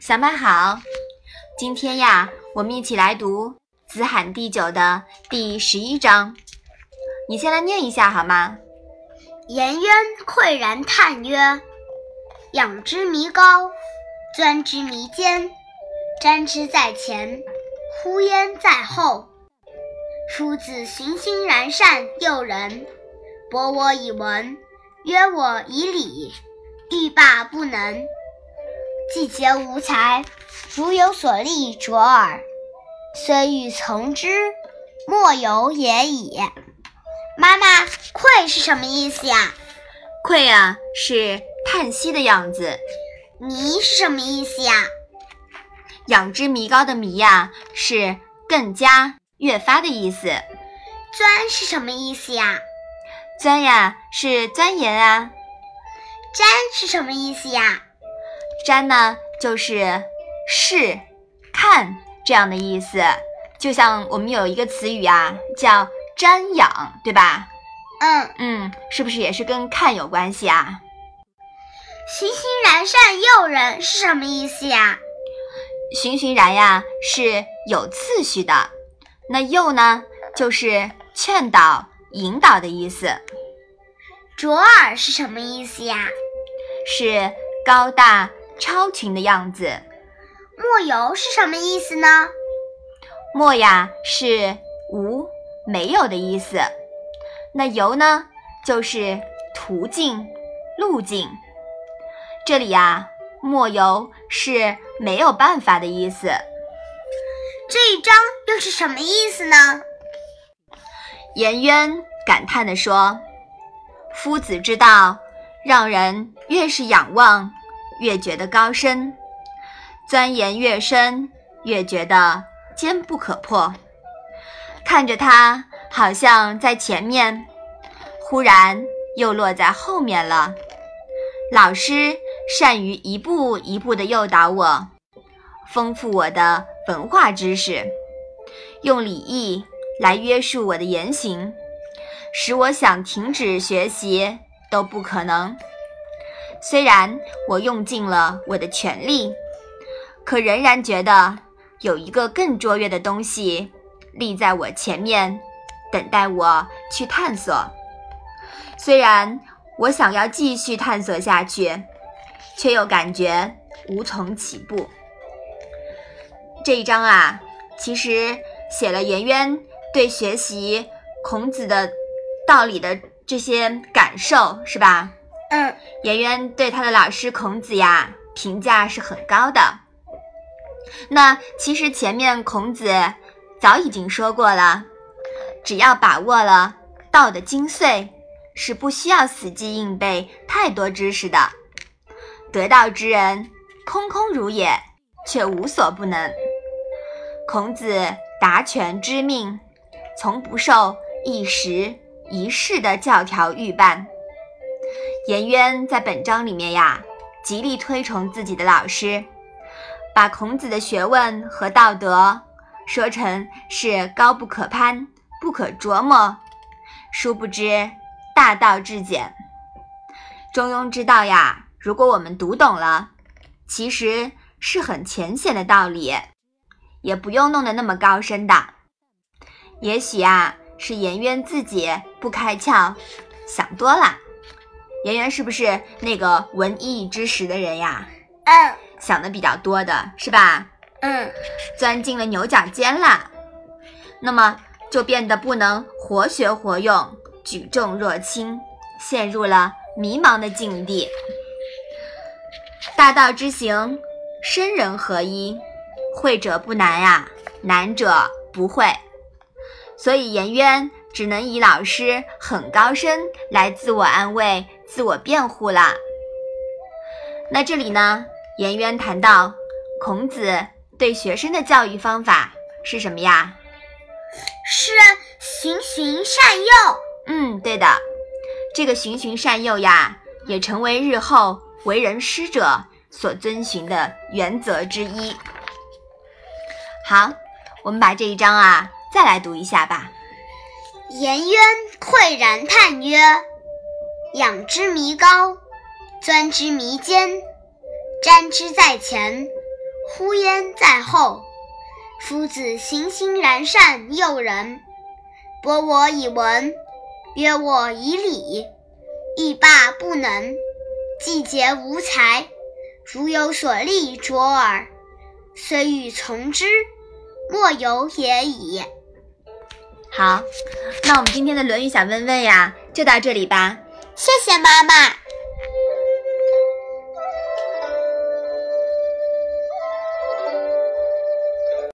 小麦好，今天呀，我们一起来读子罕第9的第11章。你先来念一下好吗？ 颜渊喟然叹曰：仰之弥高，钻之弥坚，瞻之在前，呼焉在后。夫子循循然善诱人，博我以文，约我以礼，欲罢不能。既竭无才，如有所立卓尔。虽欲从之，莫由也已。妈妈，喟是什么意思呀？ 喟啊，是叹息的样子。 弥是什么意思呀？ 仰之弥高的弥呀，是更加越发的意思。 钻是什么意思呀？ 钻呀，是钻研啊。 瞻是什么意思呀？ 瞻呢，就是视、看这样的意思。就像我们有一个词语啊，叫瞻仰，对吧？是不是也是跟看有关系啊？ 循循然善诱人是什么意思呀？ 循循然呀，是有次序的。那诱呢，就是劝导、引导的意思。 卓尔是什么意思呀？ 是高大超群的样子。 莫由是什么意思呢？ 莫呀，是无、没有的意思。那由呢，就是途径、路径。这里呀，莫由是没有办法的意思。 这一章又是什么意思呢？ 颜渊感叹地说：夫子之道，让人越是仰望，越觉得高深；钻研越深，越觉得坚不可破。看着他好像在前面，忽然又落在后面了。老师善于一步一步地诱导我，丰富我的文化知识，用礼义来约束我的言行，使我想停止学习都不可能。虽然我用尽了我的全力，可仍然觉得有一个更卓越的东西立在我前面，等待我去探索。虽然我想要继续探索下去，却又感觉无从起步。这一章啊，其实写了颜渊对学习孔子的道理的这些感受，是吧？颜渊对他的老师孔子呀，评价是很高的。那其实前面孔子早已经说过了，只要把握了道的精髓，是不需要死记硬背太多知识的。得道之人，空空如也，却无所不能。孔子达权知命，从不受一时一事的教条欲绊。颜渊在本章里面呀，极力推崇自己的老师，把孔子的学问和道德说成是高不可攀，不可琢磨，殊不知大道至简。中庸之道呀，如果我们读懂了，其实是很浅显的道理，也不用弄得那么高深的。也许啊，是颜渊自己不开窍，想多了。颜渊是不是那个闻一以知十的人呀？想的比较多的是吧？钻进了牛角尖了，那么就变得不能活学活用，举重若轻，陷入了迷茫的境地。大道之行，生人合一，会者不难呀，难者不会。所以颜渊只能以老师很高深来自我安慰、自我辩护了。那这里呢，颜渊谈到孔子对学生的教育方法是什么呀？ 是循循善诱。 对的，这个循循善诱呀，也成为日后为人师者所遵循的原则之一。好，我们把这一章啊再来读一下吧。 颜渊喟然叹曰：仰之弥高，钻之弥坚，瞻之在前， 呼焉在后。夫子行行然善诱人，博我以文，约我以礼，亦罢不能，既竭无才，如有所立卓尔，虽欲从之，莫有也已。 好，那我们今天的《论语》小问问呀，就到这里吧。 谢谢妈妈。